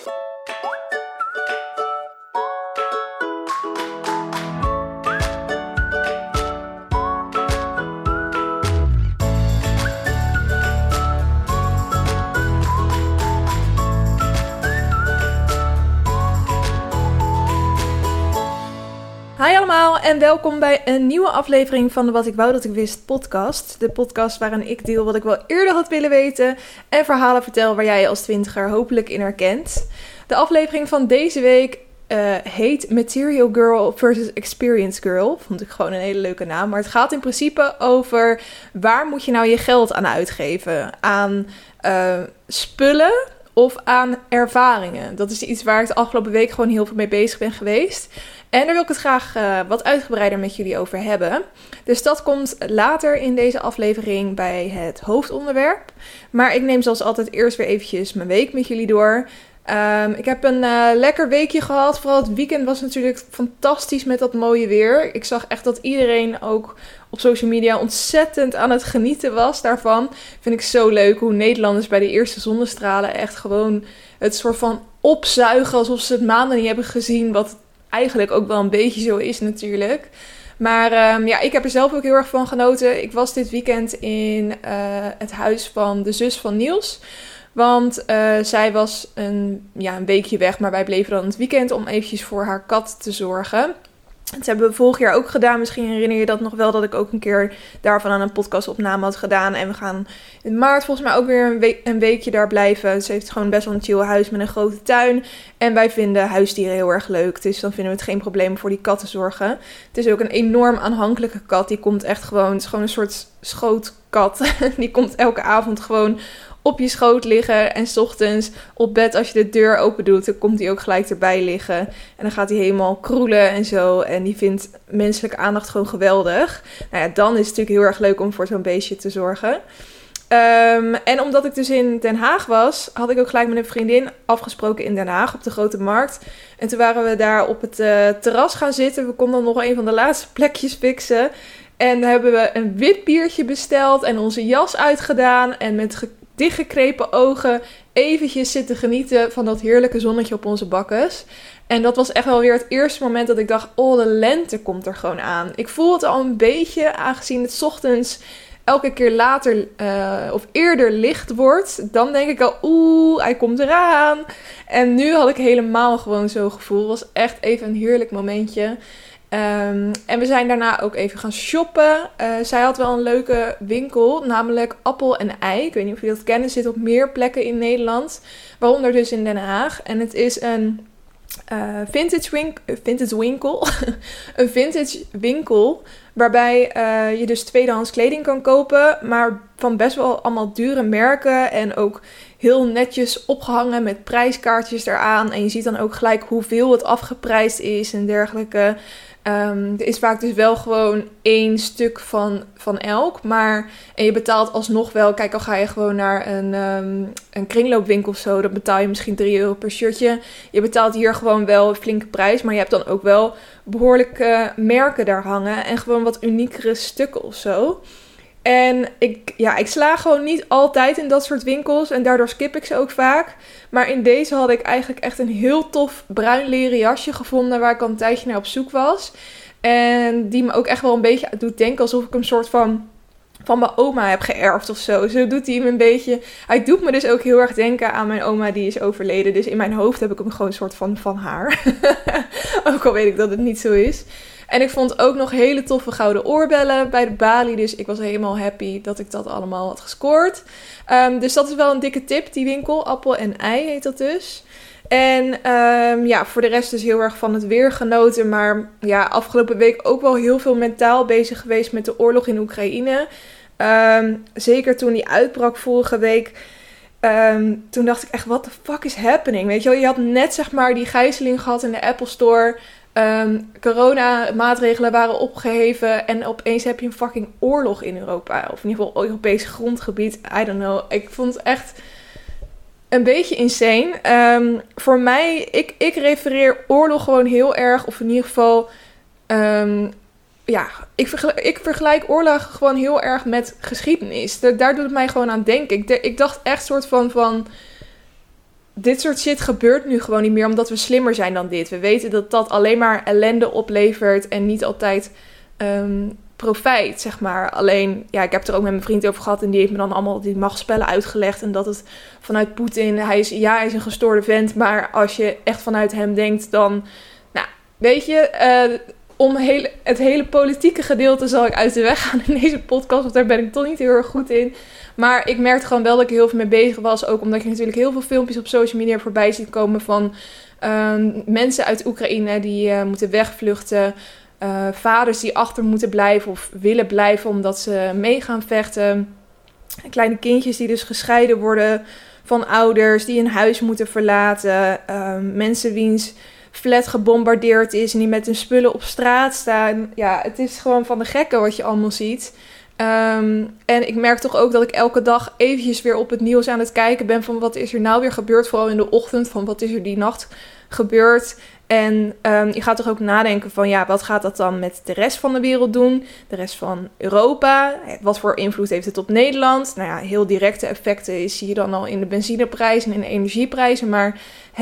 Hi allemaal en welkom bij een nieuwe aflevering van de Wat ik wou dat ik wist podcast. De podcast waarin ik deel wat ik wel eerder had willen weten en verhalen vertel waar jij je als twintiger hopelijk in herkent. De aflevering van deze week heet Material Girl versus Experience Girl. Vond ik gewoon een hele leuke naam. Maar het gaat in principe over waar moet je nou je geld aan uitgeven? Aan spullen of aan ervaringen? Dat is iets waar ik de afgelopen week gewoon heel veel mee bezig ben geweest. En daar wil ik het graag wat uitgebreider met jullie over hebben. Dus dat komt later in deze aflevering bij het hoofdonderwerp. Maar ik neem zoals altijd eerst weer eventjes mijn week met jullie door. Ik heb een lekker weekje gehad. Vooral het weekend was natuurlijk fantastisch met dat mooie weer. Ik zag echt dat iedereen ook op social media ontzettend aan het genieten was daarvan. Vind ik zo leuk hoe Nederlanders bij de eerste zonnestralen echt gewoon het soort van opzuigen alsof ze het maanden niet hebben gezien. Wat eigenlijk ook wel een beetje zo is natuurlijk. Maar ik heb er zelf ook heel erg van genoten. Ik was dit weekend in het huis van de zus van Niels. Want zij was een weekje weg, maar wij bleven dan het weekend om eventjes voor haar kat te zorgen. Dat hebben we vorig jaar ook gedaan. Misschien herinner je dat nog wel, dat ik ook een keer daarvan aan een podcastopname had gedaan. En we gaan in maart volgens mij ook weer een weekje daar blijven. Ze heeft gewoon best wel een chill huis met een grote tuin. En wij vinden huisdieren heel erg leuk. Dus dan vinden we het geen probleem voor die kat te zorgen. Het is ook een enorm aanhankelijke kat. Die komt echt gewoon, het is gewoon een soort schootkat. Die komt elke avond gewoon op je schoot liggen en 's ochtends op bed als je de deur open doet, dan komt hij ook gelijk erbij liggen. En dan gaat hij helemaal kroelen en zo. En die vindt menselijke aandacht gewoon geweldig. Nou ja, dan is het natuurlijk heel erg leuk om voor zo'n beestje te zorgen. En omdat ik dus in Den Haag was, had ik ook gelijk met een vriendin afgesproken in Den Haag op de Grote Markt. En toen waren we daar op het terras gaan zitten. We konden nog een van de laatste plekjes fixen. En dan hebben we een wit biertje besteld en onze jas uitgedaan. En met dichtgekrepen ogen eventjes zitten genieten van dat heerlijke zonnetje op onze bakkes. En dat was echt wel weer het eerste moment dat ik dacht, oh, de lente komt er gewoon aan. Ik voel het al een beetje, aangezien het 's ochtends elke keer later of eerder licht wordt. Dan denk ik al, hij komt eraan. En nu had ik helemaal gewoon zo'n gevoel. Het was echt even een heerlijk momentje. En we zijn daarna ook even gaan shoppen. Zij had wel een leuke winkel, namelijk Appel en Ei. Ik weet niet of jullie dat kennen. Zit op meer plekken in Nederland, waaronder dus in Den Haag. En het is een vintage winkel. Een vintage winkel waarbij je dus tweedehands kleding kan kopen, maar van best wel allemaal dure merken en ook heel netjes opgehangen met prijskaartjes eraan. En je ziet dan ook gelijk hoeveel het afgeprijsd is en dergelijke. Er is vaak dus wel gewoon 1 stuk van elk. En je betaalt alsnog wel. Kijk, al ga je gewoon naar een kringloopwinkel of zo. Dan betaal je misschien €3 per shirtje. Je betaalt hier gewoon wel een flinke prijs. Maar je hebt dan ook wel behoorlijke merken daar hangen. En gewoon wat uniekere stukken of zo. En ik sla gewoon niet altijd in dat soort winkels. En daardoor skip ik ze ook vaak. Maar in deze had ik eigenlijk echt een heel tof bruin leren jasje gevonden, waar ik al een tijdje naar op zoek was. En die me ook echt wel een beetje doet denken alsof ik een soort van mijn oma heb geërfd of zo. Zo doet hij me een beetje. Hij doet me dus ook heel erg denken aan mijn oma die is overleden. Dus in mijn hoofd heb ik hem gewoon een soort van haar. Ook al weet ik dat het niet zo is. En ik vond ook nog hele toffe gouden oorbellen bij de balie. Dus ik was helemaal happy dat ik dat allemaal had gescoord. Dus dat is wel een dikke tip, die winkel. Appel en Ei heet dat dus. En voor de rest dus heel erg van het weer genoten. Maar ja, afgelopen week ook wel heel veel mentaal bezig geweest met de oorlog in Oekraïne. Zeker toen die uitbrak vorige week. Toen dacht ik echt, what the fuck is happening? Weet je wel, je had net zeg maar die gijzeling gehad in de Apple Store. Corona-maatregelen waren opgeheven en opeens heb je een fucking oorlog in Europa. Of in ieder geval Europees grondgebied. I don't know. Ik vond het echt een beetje insane. Voor mij, ik refereer oorlog gewoon heel erg, of in ieder geval, ik vergelijk oorlog gewoon heel erg met geschiedenis. Daar doet het mij gewoon aan denken. Ik dacht echt soort van dit soort shit gebeurt nu gewoon niet meer omdat we slimmer zijn dan dit. We weten dat dat alleen maar ellende oplevert en niet altijd profijt, zeg maar. Alleen, ja, ik heb het er ook met mijn vriend over gehad en die heeft me dan allemaal die machtsspellen uitgelegd en dat het vanuit Poetin, hij is een gestoorde vent, maar als je echt vanuit hem denkt, dan, nou, weet je, het hele politieke gedeelte zal ik uit de weg gaan in deze podcast, want daar ben ik toch niet heel erg goed in. Maar ik merkte gewoon wel dat ik er heel veel mee bezig was. Ook omdat je natuurlijk heel veel filmpjes op social media voorbij ziet komen van mensen uit Oekraïne die moeten wegvluchten. Vaders die achter moeten blijven of willen blijven omdat ze mee gaan vechten. Kleine kindjes die dus gescheiden worden van ouders, die een huis moeten verlaten. Mensen wiens flat gebombardeerd is en die met hun spullen op straat staan. Ja, het is gewoon van de gekken wat je allemaal ziet. En ik merk toch ook dat ik elke dag eventjes weer op het nieuws aan het kijken ben van wat is er nou weer gebeurd, vooral in de ochtend, van wat is er die nacht gebeurd. En je gaat toch ook nadenken van ja, wat gaat dat dan met de rest van de wereld doen? De rest van Europa? Wat voor invloed heeft het op Nederland? Nou ja, heel directe effecten zie je dan al in de benzineprijzen en in de energieprijzen. Maar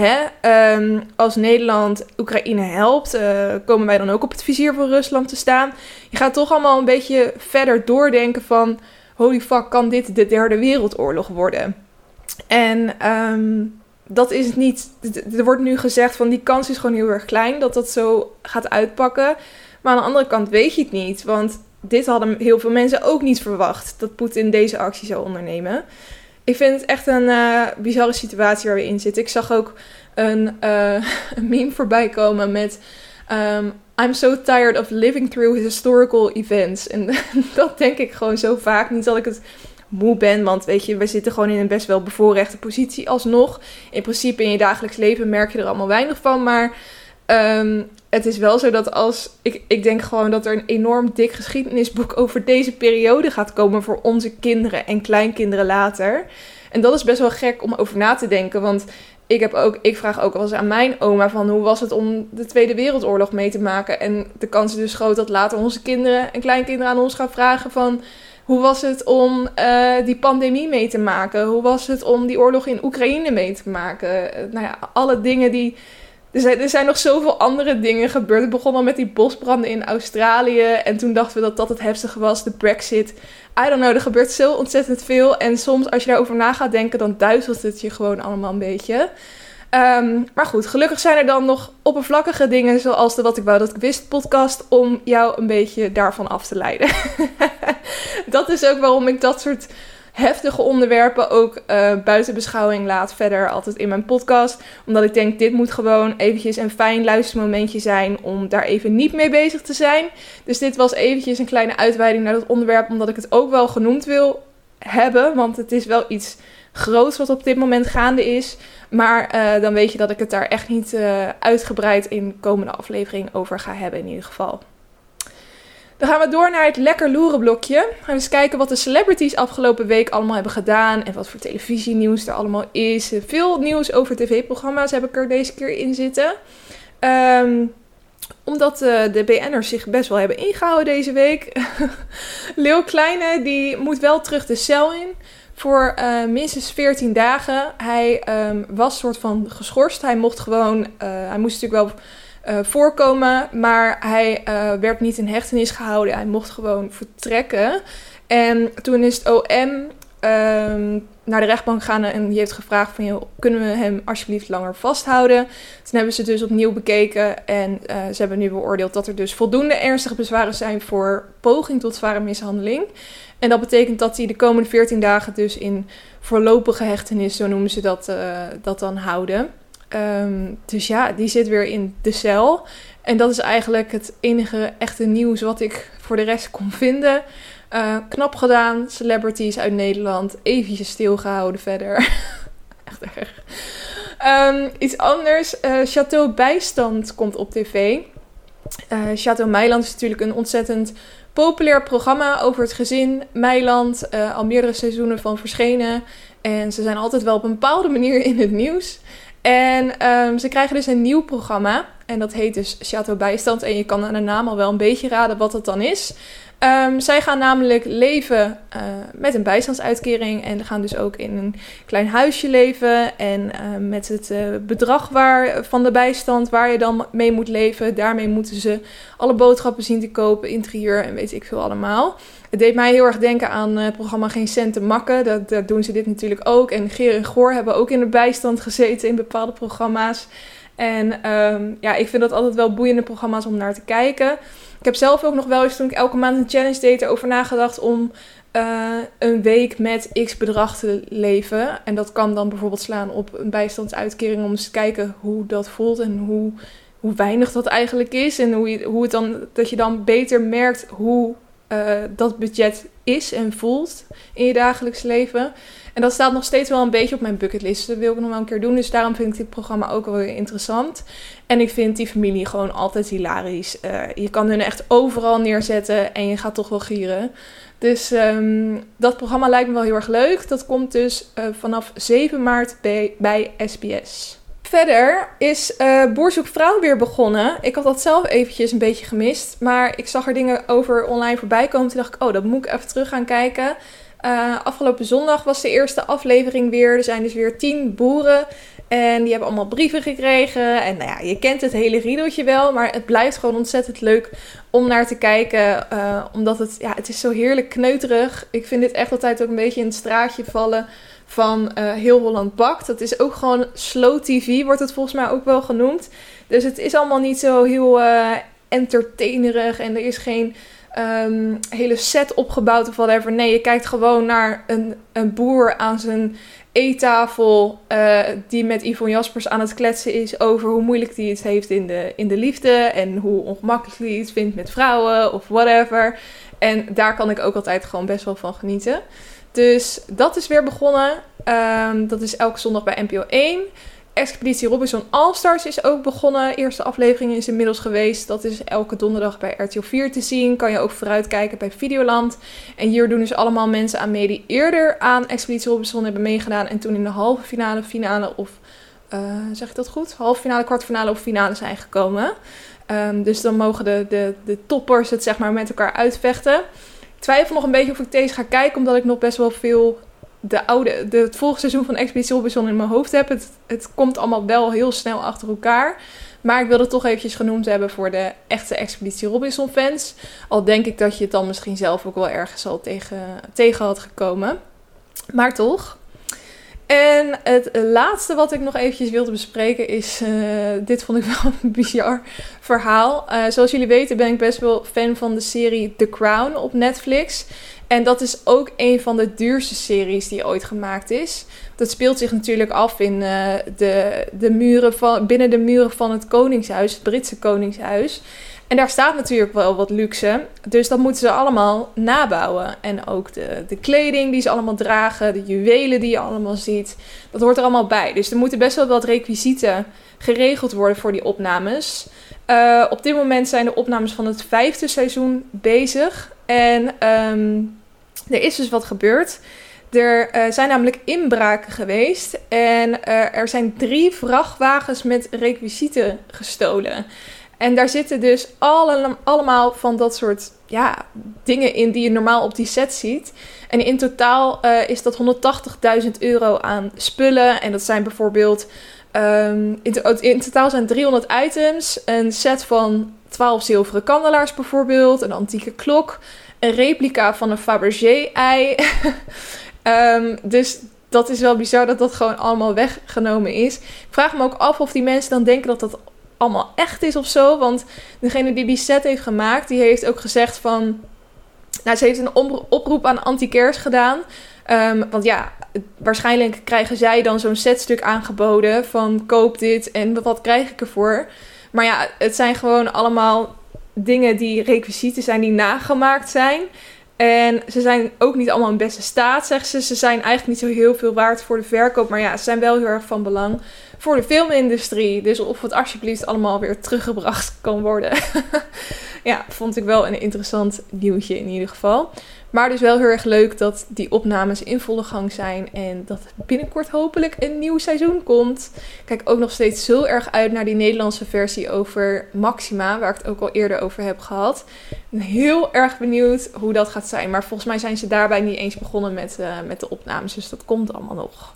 als Nederland Oekraïne helpt, komen wij dan ook op het vizier van Rusland te staan. Je gaat toch allemaal een beetje verder doordenken van holy fuck, kan dit de derde wereldoorlog worden? En dat is het niet. Er wordt nu gezegd van die kans is gewoon heel erg klein dat dat zo gaat uitpakken. Maar aan de andere kant weet je het niet. Want dit hadden heel veel mensen ook niet verwacht. Dat Poetin deze actie zou ondernemen. Ik vind het echt een bizarre situatie waar we in zitten. Ik zag ook een meme voorbij komen met I'm so tired of living through historical events. En dat denk ik gewoon zo vaak. Niet dat ik het moe ben, want weet je, we zitten gewoon in een best wel bevoorrechte positie alsnog. In principe in je dagelijks leven merk je er allemaal weinig van, maar het is wel zo dat ik denk gewoon dat er een enorm dik geschiedenisboek over deze periode gaat komen voor onze kinderen en kleinkinderen later. En dat is best wel gek om over na te denken, want ik vraag ook wel eens aan mijn oma van hoe was het om de Tweede Wereldoorlog mee te maken. En de kans is dus groot dat later onze kinderen en kleinkinderen aan ons gaan vragen van hoe was het om die pandemie mee te maken? Hoe was het om die oorlog in Oekraïne mee te maken? Nou ja, alle dingen die er zijn nog zoveel andere dingen gebeurd. Het begon al met die bosbranden in Australië. En toen dachten we dat dat het heftige was. De Brexit. I don't know, er gebeurt zo ontzettend veel. En soms als je daarover na gaat denken, dan duizelt het je gewoon allemaal een beetje. Maar goed, gelukkig zijn er dan nog oppervlakkige dingen zoals de Wat ik wou dat ik wist podcast om jou een beetje daarvan af te leiden. Dat is ook waarom ik dat soort heftige onderwerpen ook buiten beschouwing laat verder altijd in mijn podcast. Omdat ik denk, dit moet gewoon eventjes een fijn luistermomentje zijn om daar even niet mee bezig te zijn. Dus dit was eventjes een kleine uitweiding naar dat onderwerp, omdat ik het ook wel genoemd wil hebben. Want het is wel iets groots wat op dit moment gaande is. Maar dan weet je dat ik het daar echt niet uitgebreid in de komende aflevering over ga hebben in ieder geval. Dan gaan we door naar het lekker loeren blokje. We gaan eens kijken wat de celebrities afgelopen week allemaal hebben gedaan. En wat voor televisienieuws er allemaal is. Veel nieuws over tv-programma's heb ik er deze keer in zitten. Omdat de BN'ers zich best wel hebben ingehouden deze week. Leeuw Kleine die moet wel terug de cel in. Voor minstens 14 dagen. Hij was soort van geschorst. Hij mocht natuurlijk wel voorkomen, maar hij werd niet in hechtenis gehouden. Hij mocht gewoon vertrekken. En toen is het OM naar de rechtbank gegaan en die heeft gevraagd van, joh, kunnen we hem alsjeblieft langer vasthouden? Toen hebben ze dus opnieuw bekeken en ze hebben nu beoordeeld dat er dus voldoende ernstige bezwaren zijn voor poging tot zware mishandeling. En dat betekent dat hij de komende 14 dagen dus in voorlopige hechtenis, zo noemen ze dat dan, houden. Dus ja, die zit weer in de cel. En dat is eigenlijk het enige echte nieuws wat ik voor de rest kon vinden. Knap gedaan, celebrities uit Nederland. Eventjes stilgehouden verder. Echt erg. Iets anders. Château Bijstand komt op tv. Château Meiland is natuurlijk een ontzettend populair programma over het gezin Meiland. Al meerdere seizoenen van verschenen. En ze zijn altijd wel op een bepaalde manier in het nieuws. En ze krijgen dus een nieuw programma. En dat heet dus Château Bijstand. En je kan aan de naam al wel een beetje raden wat dat dan is. Zij gaan namelijk leven met een bijstandsuitkering en gaan dus ook in een klein huisje leven. En met het bedrag van de bijstand waar je dan mee moet leven, daarmee moeten ze alle boodschappen zien te kopen, interieur en weet ik veel allemaal. Het deed mij heel erg denken aan het programma Geen Cent te Makken. Daar doen ze dit natuurlijk ook. En Geer en Goor hebben ook in de bijstand gezeten in bepaalde programma's. En ik vind dat altijd wel boeiende programma's om naar te kijken. Ik heb zelf ook nog wel eens, toen ik elke maand een challenge deed, erover nagedacht om een week met x bedrag te leven. En dat kan dan bijvoorbeeld slaan op een bijstandsuitkering om eens te kijken hoe dat voelt en hoe weinig dat eigenlijk is. En hoe het dan, dat je dan beter merkt hoe dat budget is en voelt in je dagelijks leven. En dat staat nog steeds wel een beetje op mijn bucketlist. Dat wil ik nog wel een keer doen. Dus daarom vind ik dit programma ook wel weer interessant. En ik vind die familie gewoon altijd hilarisch. Je kan hun echt overal neerzetten en je gaat toch wel gieren. Dus dat programma lijkt me wel heel erg leuk. Dat komt dus vanaf 7 maart bij SBS. Verder is Boer Zoekt Vrouw weer begonnen. Ik had dat zelf eventjes een beetje gemist. Maar ik zag er dingen over online voorbij komen. Toen dacht ik, dat moet ik even terug gaan kijken. Afgelopen zondag was de eerste aflevering weer. Er zijn dus weer 10 boeren. En die hebben allemaal brieven gekregen. En je kent het hele riedeltje wel. Maar het blijft gewoon ontzettend leuk om naar te kijken. Omdat het is zo heerlijk kneuterig. Ik vind dit echt altijd ook een beetje in het straatje vallen van Heel Holland Bakt. Dat is ook gewoon slow tv, wordt het volgens mij ook wel genoemd. Dus het is allemaal niet zo heel entertainerig. En er is geen hele set opgebouwd of whatever. Nee, je kijkt gewoon naar een boer aan zijn eettafel die met Yvonne Jaspers aan het kletsen is over hoe moeilijk hij het heeft in de liefde en hoe ongemakkelijk hij het vindt met vrouwen of whatever. En daar kan ik ook altijd gewoon best wel van genieten. Dus dat is weer begonnen. Dat is elke zondag bij NPO 1. Expeditie Robinson All-Stars is ook begonnen. Eerste aflevering is inmiddels geweest. Dat is elke donderdag bij RTL 4 te zien. Kan je ook vooruitkijken bij Videoland. En hier doen dus allemaal mensen aan mee die eerder aan Expeditie Robinson hebben meegedaan. En toen in de halve finale of... zeg ik dat goed? Halve finale, kwartfinale of finale zijn gekomen. Dus dan mogen de toppers het zeg maar met elkaar uitvechten. Ik twijfel nog een beetje of ik deze ga kijken, omdat ik nog best wel veel het volgende seizoen van Expeditie Robinson in mijn hoofd heb. Het komt allemaal wel heel snel achter elkaar. Maar ik wil het toch eventjes genoemd hebben voor de echte Expeditie Robinson fans. Al denk ik dat je het dan misschien zelf ook wel ergens al tegen had gekomen. Maar toch. En het laatste wat ik nog eventjes wilde bespreken is... dit vond ik wel een bizar verhaal. Zoals jullie weten ben ik best wel fan van de serie The Crown op Netflix. En dat is ook een van de duurste series die ooit gemaakt is. Dat speelt zich natuurlijk af in binnen de muren van het Koningshuis, het Britse Koningshuis. En daar staat natuurlijk wel wat luxe. Dus dat moeten ze allemaal nabouwen. En ook de kleding die ze allemaal dragen, de juwelen die je allemaal ziet. Dat hoort er allemaal bij. Dus er moeten best wel wat requisieten geregeld worden voor die opnames. Op dit moment zijn de opnames van het 5e seizoen bezig. En er is dus wat gebeurd. Er zijn namelijk inbraken geweest. En er zijn 3 vrachtwagens met requisieten gestolen. En daar zitten dus allemaal van dat soort dingen in die je normaal op die set ziet. En in totaal is dat €180.000 aan spullen. En dat zijn bijvoorbeeld... in totaal zijn 300 items. Een set van 12 zilveren kandelaars bijvoorbeeld. Een antieke klok. Een replica van een Fabergé-ei. Dus dat is wel bizar dat dat gewoon allemaal weggenomen is. Ik vraag me ook af of die mensen dan denken dat dat allemaal echt is of zo. Want degene die set heeft gemaakt, die heeft ook gezegd van... ze heeft een oproep aan antiquairs gedaan. Want waarschijnlijk krijgen zij dan zo'n setstuk aangeboden van koop dit en wat krijg ik ervoor. Maar het zijn gewoon allemaal dingen die requisieten zijn die nagemaakt zijn. En ze zijn ook niet allemaal in beste staat, zeggen ze. Ze zijn eigenlijk niet zo heel veel waard voor de verkoop. Maar ze zijn wel heel erg van belang voor de filmindustrie. Dus of het alsjeblieft allemaal weer teruggebracht kan worden. Vond ik wel een interessant nieuwtje in ieder geval. Maar dus wel heel erg leuk dat die opnames in volle gang zijn. En dat binnenkort hopelijk een nieuw seizoen komt. Ik kijk ook nog steeds zo erg uit naar die Nederlandse versie over Maxima. Waar ik het ook al eerder over heb gehad. Ik ben heel erg benieuwd hoe dat gaat zijn. Maar volgens mij zijn ze daarbij niet eens begonnen met de opnames. Dus dat komt allemaal nog.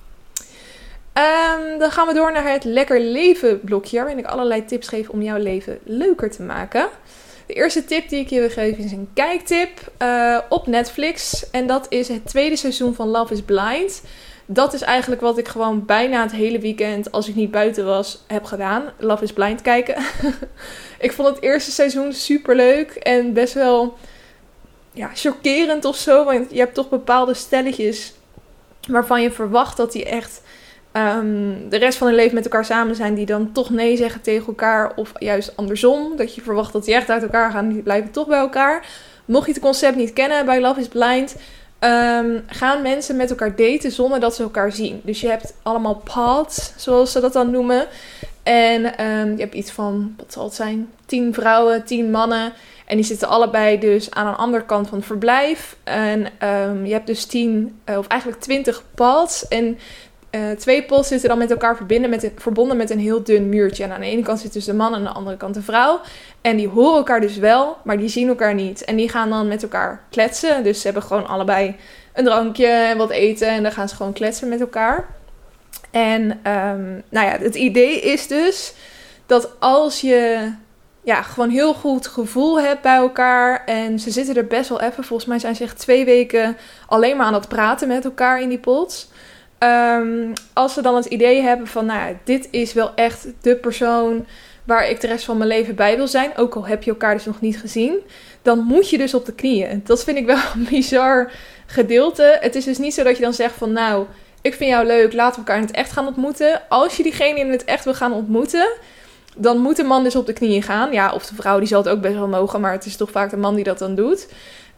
Dan gaan we door naar het Lekker Leven blokje. Waarin ik allerlei tips geef om jouw leven leuker te maken. De eerste tip die ik je wil geven is een kijktip op Netflix. En dat is het tweede seizoen van Love is Blind. Dat is eigenlijk wat ik gewoon bijna het hele weekend, als ik niet buiten was, heb gedaan. Love is Blind kijken. Ik vond het eerste seizoen super leuk en best wel chockerend of zo. Want je hebt toch bepaalde stelletjes waarvan je verwacht dat die echt de rest van hun leven met elkaar samen zijn, die dan toch nee zeggen tegen elkaar, of juist andersom, dat je verwacht dat die echt uit elkaar gaan en die blijven toch bij elkaar. Mocht je het concept niet kennen bij Love is Blind, gaan mensen met elkaar daten zonder dat ze elkaar zien. Dus je hebt allemaal pods, zoals ze dat dan noemen. En je hebt iets van, wat zal het zijn, 10 vrouwen, 10 mannen. En die zitten allebei dus aan een andere kant van het verblijf. En je hebt dus 20 pods. En 2 pods zitten dan met elkaar verbonden met een heel dun muurtje. En aan de ene kant zit dus de man en aan de andere kant de vrouw. En die horen elkaar dus wel, maar die zien elkaar niet. En die gaan dan met elkaar kletsen. Dus ze hebben gewoon allebei een drankje en wat eten. En dan gaan ze gewoon kletsen met elkaar. En het idee is dus dat als je gewoon heel goed gevoel hebt bij elkaar. En ze zitten er best wel even. Volgens mij zijn ze echt 2 weken alleen maar aan het praten met elkaar in die pods. Als ze dan het idee hebben van, dit is wel echt de persoon waar ik de rest van mijn leven bij wil zijn, ook al heb je elkaar dus nog niet gezien, dan moet je dus op de knieën. Dat vind ik wel een bizar gedeelte. Het is dus niet zo dat je dan zegt van, ik vind jou leuk, laten we elkaar in het echt gaan ontmoeten. Als je diegene in het echt wil gaan ontmoeten, dan moet de man dus op de knieën gaan. Ja, of de vrouw, die zal het ook best wel mogen, maar het is toch vaak de man die dat dan doet.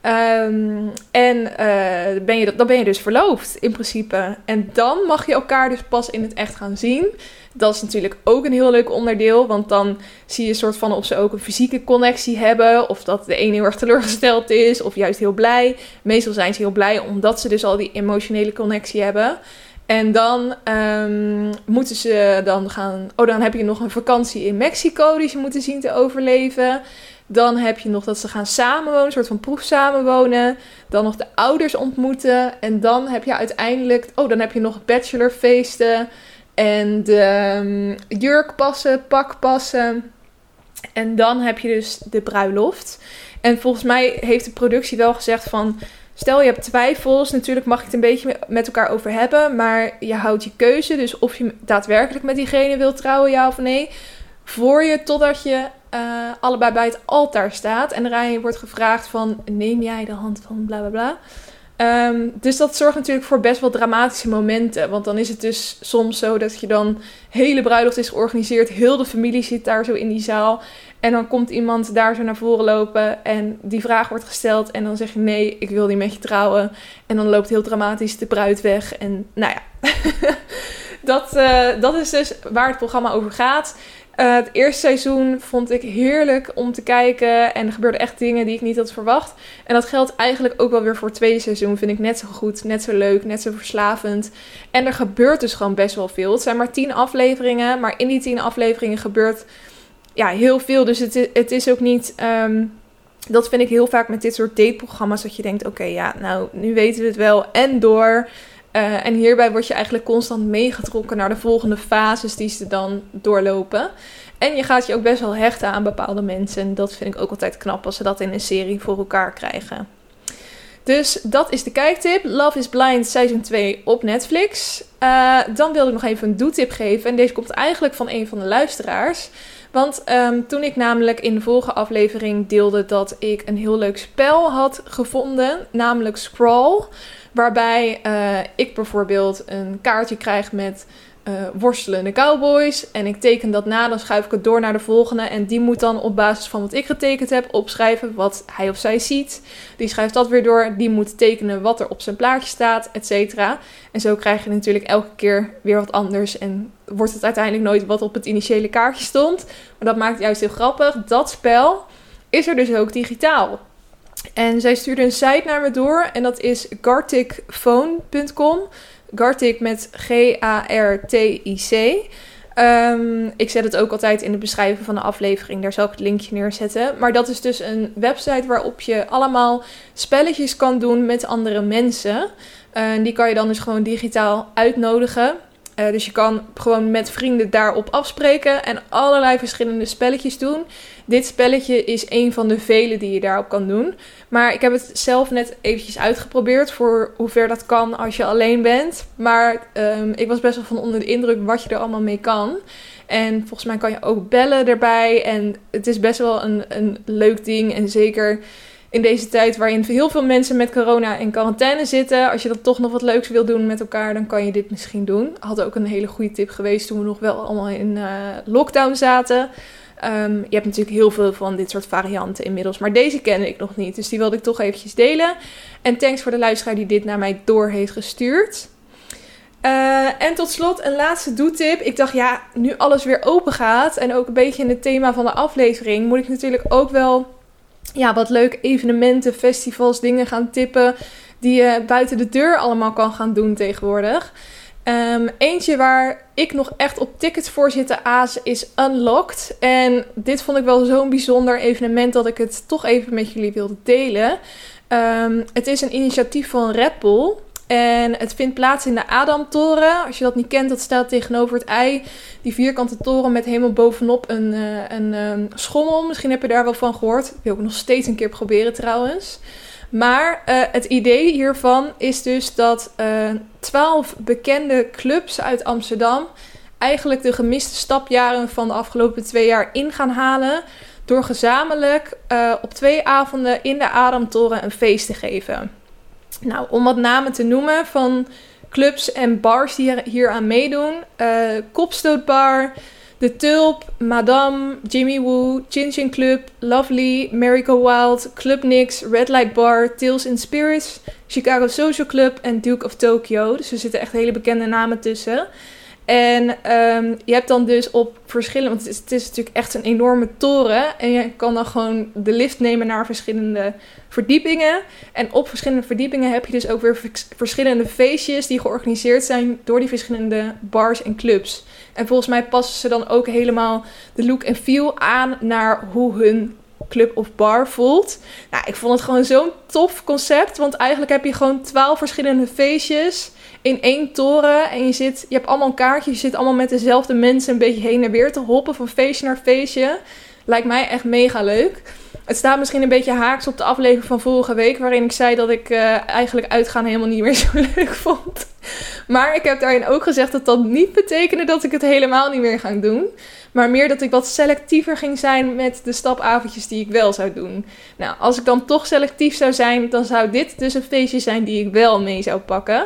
Dan ben je dus verloofd in principe. En dan mag je elkaar dus pas in het echt gaan zien. Dat is natuurlijk ook een heel leuk onderdeel. Want dan zie je een soort van of ze ook een fysieke connectie hebben. Of dat de een heel erg teleurgesteld is. Of juist heel blij. Meestal zijn ze heel blij omdat ze dus al die emotionele connectie hebben. En dan moeten ze dan gaan. Dan heb je nog een vakantie in Mexico die ze moeten zien te overleven. Dan heb je nog dat ze gaan samenwonen, een soort van proef samenwonen. Dan nog de ouders ontmoeten. En dan heb je uiteindelijk, dan heb je nog bachelorfeesten. En de jurk passen, pak passen. En dan heb je dus de bruiloft. En volgens mij heeft de productie wel gezegd van, stel je hebt twijfels, natuurlijk mag je het een beetje met elkaar over hebben. Maar je houdt je keuze, dus of je daadwerkelijk met diegene wilt trouwen, ja of nee. Totdat je allebei bij het altaar staat. En daarna wordt gevraagd van, neem jij de hand van bla bla bla. Dus dat zorgt natuurlijk voor best wel dramatische momenten. Want dan is het dus soms zo dat je dan, hele bruiloft is georganiseerd. Heel de familie zit daar zo in die zaal. En dan komt iemand daar zo naar voren lopen. En die vraag wordt gesteld. En dan zeg je, nee, ik wil niet met je trouwen. En dan loopt heel dramatisch de bruid weg. En dat is dus waar het programma over gaat. Het eerste seizoen vond ik heerlijk om te kijken. En er gebeurden echt dingen die ik niet had verwacht. En dat geldt eigenlijk ook wel weer voor het tweede seizoen. Vind ik net zo goed, net zo leuk, net zo verslavend. En er gebeurt dus gewoon best wel veel. Het zijn maar 10 afleveringen. Maar in die 10 afleveringen gebeurt heel veel. Dus het is ook niet... dat vind ik heel vaak met dit soort dateprogramma's. Dat je denkt, nu weten we het wel. En door... en hierbij word je eigenlijk constant meegetrokken naar de volgende fases die ze dan doorlopen. En je gaat je ook best wel hechten aan bepaalde mensen. En dat vind ik ook altijd knap als ze dat in een serie voor elkaar krijgen. Dus dat is de kijktip. Love is Blind seizoen 2 op Netflix. Dan wilde ik nog even een doetip geven. En deze komt eigenlijk van een van de luisteraars. Want toen ik namelijk in de vorige aflevering deelde dat ik een heel leuk spel had gevonden. Namelijk Scrawl. Waarbij ik bijvoorbeeld een kaartje krijg met worstelende cowboys. En ik teken dat na, dan schuif ik het door naar de volgende. En die moet dan op basis van wat ik getekend heb opschrijven wat hij of zij ziet. Die schrijft dat weer door. Die moet tekenen wat er op zijn plaatje staat, et cetera. En zo krijg je natuurlijk elke keer weer wat anders. En wordt het uiteindelijk nooit wat op het initiële kaartje stond. Maar dat maakt het juist heel grappig. Dat spel is er dus ook digitaal. En zij stuurde een site naar me door en dat is garticphone.com. Gartic met Gartic. Ik zet het ook altijd in de beschrijving van de aflevering. Daar zal ik het linkje neerzetten. Maar dat is dus een website waarop je allemaal spelletjes kan doen met andere mensen. Die kan je dan dus gewoon digitaal uitnodigen. Dus je kan gewoon met vrienden daarop afspreken en allerlei verschillende spelletjes doen. Dit spelletje is een van de vele die je daarop kan doen. Maar ik heb het zelf net eventjes uitgeprobeerd voor hoe ver dat kan als je alleen bent. Maar ik was best wel van onder de indruk wat je er allemaal mee kan. En volgens mij kan je ook bellen erbij. En het is best wel een leuk ding. En zeker in deze tijd waarin heel veel mensen met corona in quarantaine zitten. Als je dan toch nog wat leuks wil doen met elkaar, dan kan je dit misschien doen. Had ook een hele goede tip geweest toen we nog wel allemaal in lockdown zaten. Je hebt natuurlijk heel veel van dit soort varianten inmiddels. Maar deze kende ik nog niet. Dus die wilde ik toch eventjes delen. En thanks voor de luisteraar die dit naar mij door heeft gestuurd. En tot slot een laatste doetip. Ik dacht, ja, nu alles weer open gaat. En ook een beetje in het thema van de aflevering. Moet ik natuurlijk ook wel wat leuke evenementen, festivals, dingen gaan tippen. Die je buiten de deur allemaal kan gaan doen tegenwoordig. Eentje waar ik nog echt op tickets voor zit te azen is Unlocked. En dit vond ik wel zo'n bijzonder evenement dat ik het toch even met jullie wilde delen. Het is een initiatief van Red Bull. En het vindt plaats in de Adamtoren. Als je dat niet kent, dat staat tegenover het ei. Die vierkante toren met helemaal bovenop een schommel. Misschien heb je daar wel van gehoord. Dat wil ik nog steeds een keer proberen trouwens. Maar het idee hiervan is dus dat 12 bekende clubs uit Amsterdam eigenlijk de gemiste stapjaren van de afgelopen 2 jaar in gaan halen. Door gezamenlijk op 2 avonden in de Adamtoren een feest te geven. Nou, om wat namen te noemen van clubs en bars die hier aan meedoen. Kopstootbar, De Tulp, Madame, Jimmy Woo, Chin Chin Club, Lovely, Mary Go Wild, Club Nix, Red Light Bar, Tales in Spirits, Chicago Social Club en Duke of Tokyo. Dus er zitten echt hele bekende namen tussen. En je hebt dan dus op verschillende, want het is natuurlijk echt een enorme toren. En je kan dan gewoon de lift nemen naar verschillende verdiepingen. En op verschillende verdiepingen heb je dus ook weer verschillende feestjes die georganiseerd zijn door die verschillende bars en clubs. En volgens mij passen ze dan ook helemaal de look en feel aan naar hoe hun club of bar voelt. Nou, ik vond het gewoon zo'n tof concept. Want eigenlijk heb je gewoon 12 verschillende feestjes in 1 toren. En je hebt allemaal een kaartje. Je zit allemaal met dezelfde mensen een beetje heen en weer te hoppen van feestje naar feestje. Lijkt mij echt mega leuk. Het staat misschien een beetje haaks op de aflevering van vorige week, waarin ik zei dat ik eigenlijk uitgaan helemaal niet meer zo leuk vond. Maar ik heb daarin ook gezegd dat dat niet betekende dat ik het helemaal niet meer ga doen. Maar meer dat ik wat selectiever ging zijn met de stapavondjes die ik wel zou doen. Nou, als ik dan toch selectief zou zijn, dan zou dit dus een feestje zijn die ik wel mee zou pakken.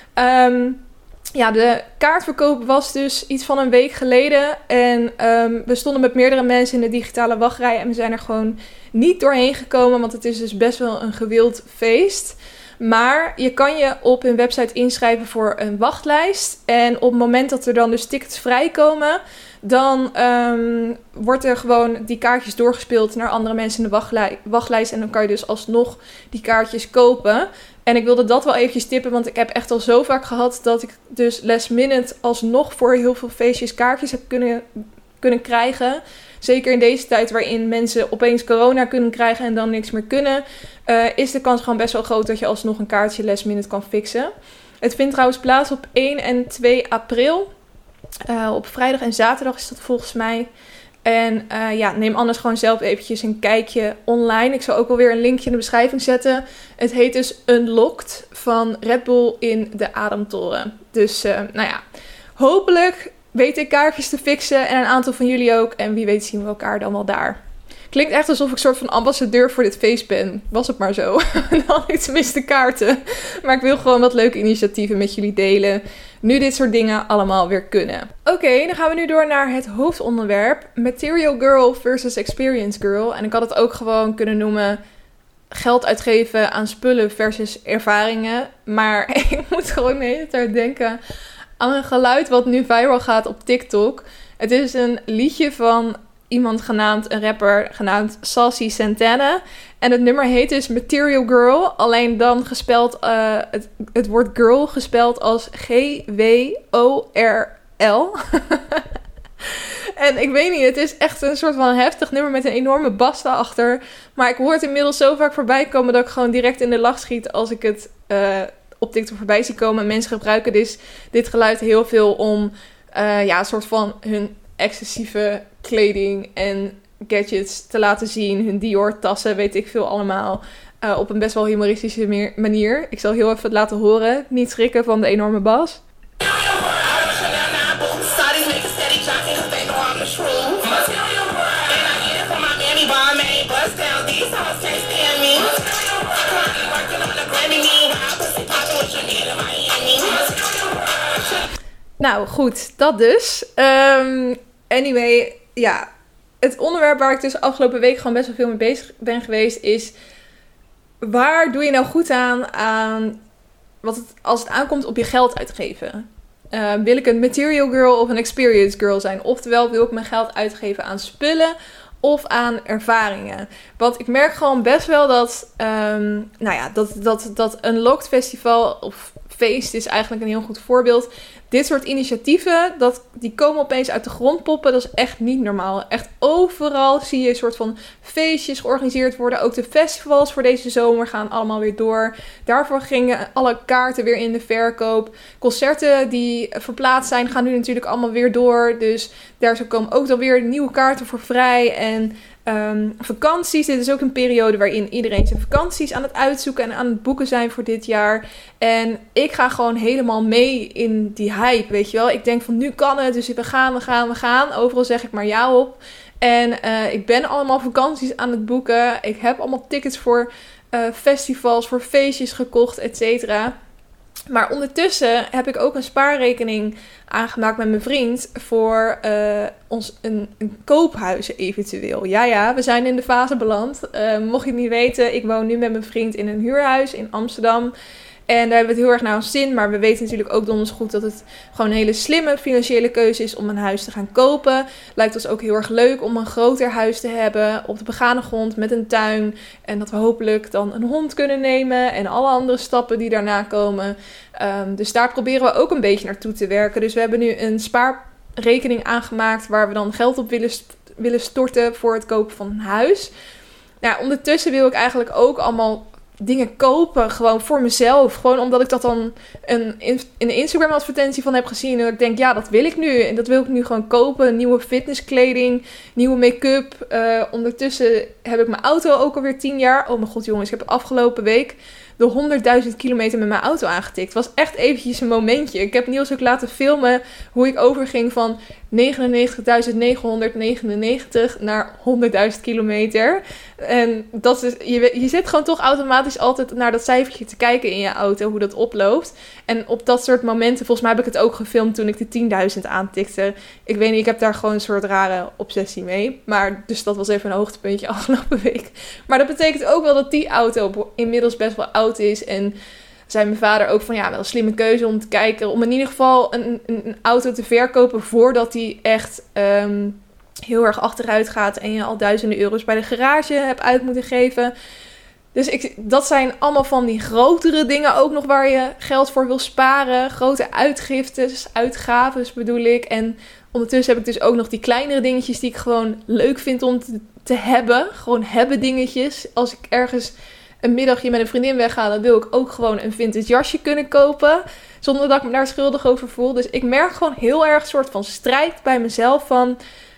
De kaartverkoop was dus iets van een week geleden. En we stonden met meerdere mensen in de digitale wachtrij. En we zijn er gewoon niet doorheen gekomen. Want het is dus best wel een gewild feest. Maar je kan je op hun website inschrijven voor een wachtlijst. En op het moment dat er dan dus tickets vrijkomen, dan wordt er gewoon die kaartjes doorgespeeld naar andere mensen in de wachtlijst. En dan kan je dus alsnog die kaartjes kopen. En ik wilde dat wel eventjes tippen, want ik heb echt al zo vaak gehad dat ik dus last minute alsnog voor heel veel feestjes kaartjes heb kunnen krijgen. Zeker in deze tijd waarin mensen opeens corona kunnen krijgen en dan niks meer kunnen, is de kans gewoon best wel groot dat je alsnog een kaartje last minute kan fixen. Het vindt trouwens plaats op 1 en 2 april. Op vrijdag en zaterdag is dat volgens mij. En neem anders gewoon zelf eventjes een kijkje online. Ik zal ook wel weer een linkje in de beschrijving zetten. Het heet dus Unlocked van Red Bull in de Adamtoren. Dus hopelijk weet ik kaartjes te fixen en een aantal van jullie ook. En wie weet zien we elkaar dan wel daar. Klinkt echt alsof ik een soort van ambassadeur voor dit feest ben. Was het maar zo. Dan had ik tenminste kaarten. Maar ik wil gewoon wat leuke initiatieven met jullie delen. Nu dit soort dingen allemaal weer kunnen. Oké, dan gaan we nu door naar het hoofdonderwerp. Material Girl versus Experience Girl. En ik had het ook gewoon kunnen noemen geld uitgeven aan spullen versus ervaringen. Maar ik moet gewoon de hele tijd denken aan een geluid wat nu viral gaat op TikTok. Het is een liedje van iemand genaamd, een rapper genaamd Saucy Santana. En het nummer heet dus Material Girl. Alleen dan gespeld, het woord girl gespeld als G-W-O-R-L. En ik weet niet, het is echt een soort van heftig nummer met een enorme bas daarachter. Maar ik hoor het inmiddels zo vaak voorbij komen dat ik gewoon direct in de lach schiet als ik het op TikTok voorbij zie komen. En mensen gebruiken dus dit geluid heel veel om een soort van hun excessieve kleding en gadgets te laten zien. Hun Dior tassen, weet ik veel allemaal. Op een best wel humoristische manier. Ik zal heel even het laten horen. Niet schrikken van de enorme bas. Nou goed, dat dus. Anyway, ja. Het onderwerp waar ik dus afgelopen week gewoon best wel veel mee bezig ben geweest is... Waar doe je nou goed aan als het aankomt op je geld uitgeven? Wil ik een material girl of een experience girl zijn? Oftewel, wil ik mijn geld uitgeven aan spullen of aan ervaringen? Want ik merk gewoon best wel dat... dat Unlocked Festival of feest is eigenlijk een heel goed voorbeeld. Dit soort initiatieven, die komen opeens uit de grond poppen. Dat is echt niet normaal. Echt overal zie je een soort van feestjes georganiseerd worden. Ook de festivals voor deze zomer gaan allemaal weer door. Daarvoor gingen alle kaarten weer in de verkoop. Concerten die verplaatst zijn, gaan nu natuurlijk allemaal weer door. Dus daar komen ook dan weer nieuwe kaarten voor vrij. En vakanties. Dit is ook een periode waarin iedereen zijn vakanties aan het uitzoeken en aan het boeken zijn voor dit jaar. En ik ga gewoon helemaal mee in die hype, weet je wel. Ik denk van nu kan het, dus we gaan. Overal zeg ik maar ja op. En ik ben allemaal vakanties aan het boeken. Ik heb allemaal tickets voor festivals, voor feestjes gekocht, et cetera. Maar ondertussen heb ik ook een spaarrekening aangemaakt met mijn vriend voor ons een koophuis eventueel. Ja, we zijn in de fase beland. Mocht je het niet weten, ik woon nu met mijn vriend in een huurhuis in Amsterdam. En daar hebben we het heel erg naar ons zin. Maar we weten natuurlijk ook donders goed dat het gewoon een hele slimme financiële keuze is om een huis te gaan kopen. Lijkt ons ook heel erg leuk om een groter huis te hebben op de begane grond met een tuin. En dat we hopelijk dan een hond kunnen nemen en alle andere stappen die daarna komen. Dus daar proberen we ook een beetje naartoe te werken. Dus we hebben nu een spaarrekening aangemaakt waar we dan geld op willen storten voor het kopen van een huis. Nou, ondertussen wil ik eigenlijk ook allemaal dingen kopen, gewoon voor mezelf. Gewoon omdat ik dat dan in een Instagram advertentie van heb gezien. En ik denk, ja, dat wil ik nu. En dat wil ik nu gewoon kopen. Nieuwe fitnesskleding, nieuwe make-up. Ondertussen heb ik mijn auto ook alweer 10 jaar. Oh mijn god jongens, ik heb afgelopen week de 100.000 kilometer met mijn auto aangetikt. Het was echt eventjes een momentje. Ik heb Niels ook laten filmen hoe ik overging van 99.999 naar 100.000 kilometer. En dat is, je zit gewoon toch automatisch altijd naar dat cijfertje te kijken in je auto, hoe dat oploopt. En op dat soort momenten, volgens mij heb ik het ook gefilmd toen ik de 10.000 aantikte. Ik weet niet, ik heb daar gewoon een soort rare obsessie mee. Maar dus dat was even een hoogtepuntje afgelopen week. Maar dat betekent ook wel dat die auto inmiddels best wel oud is. En zei mijn vader ook van ja, wel een slimme keuze om te kijken. Om in ieder geval een auto te verkopen voordat die echt heel erg achteruit gaat. En je al duizenden euro's bij de garage hebt uit moeten geven. Dus dat zijn allemaal van die grotere dingen ook nog waar je geld voor wil sparen. Grote uitgaves bedoel ik. En ondertussen heb ik dus ook nog die kleinere dingetjes die ik gewoon leuk vind om te hebben. Gewoon hebben dingetjes. Als ik ergens een middagje met een vriendin wegga, dan wil ik ook gewoon een vintage jasje kunnen kopen. Zonder dat ik me daar schuldig over voel. Dus ik merk gewoon heel erg een soort van strijd bij mezelf van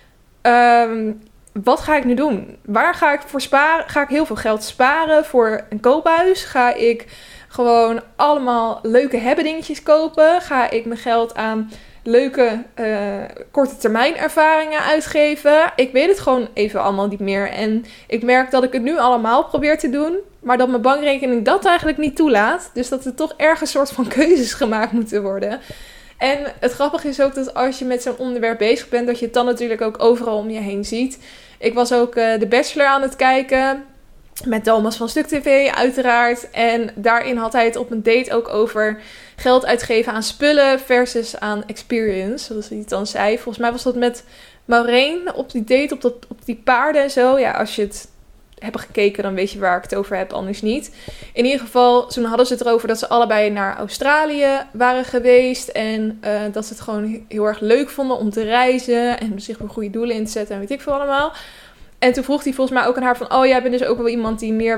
wat ga ik nu doen? Waar ga ik voor sparen? Ga ik heel veel geld sparen voor een koophuis? Ga ik gewoon allemaal leuke hebben dingetjes kopen? Ga ik mijn geld aan leuke korte termijn ervaringen uitgeven? Ik weet het gewoon even allemaal niet meer. En ik merk dat ik het nu allemaal probeer te doen, maar dat mijn bankrekening dat eigenlijk niet toelaat. Dus dat er toch ergens een soort van keuzes gemaakt moeten worden. En het grappige is ook dat als je met zo'n onderwerp bezig bent, dat je het dan natuurlijk ook overal om je heen ziet. Ik was ook The Bachelor aan het kijken, met Thomas van Stuk TV uiteraard. En daarin had hij het op een date ook over geld uitgeven aan spullen versus aan experience, zoals hij het dan zei. Volgens mij was dat met Maureen op die date, op die paarden en zo. Ja, als je het hebt gekeken, dan weet je waar ik het over heb, anders niet. In ieder geval, toen hadden ze het erover dat ze allebei naar Australië waren geweest. En dat ze het gewoon heel erg leuk vonden om te reizen en zich voor goede doelen in te zetten en weet ik veel allemaal. En toen vroeg hij volgens mij ook aan haar van, oh, jij bent dus ook wel iemand die meer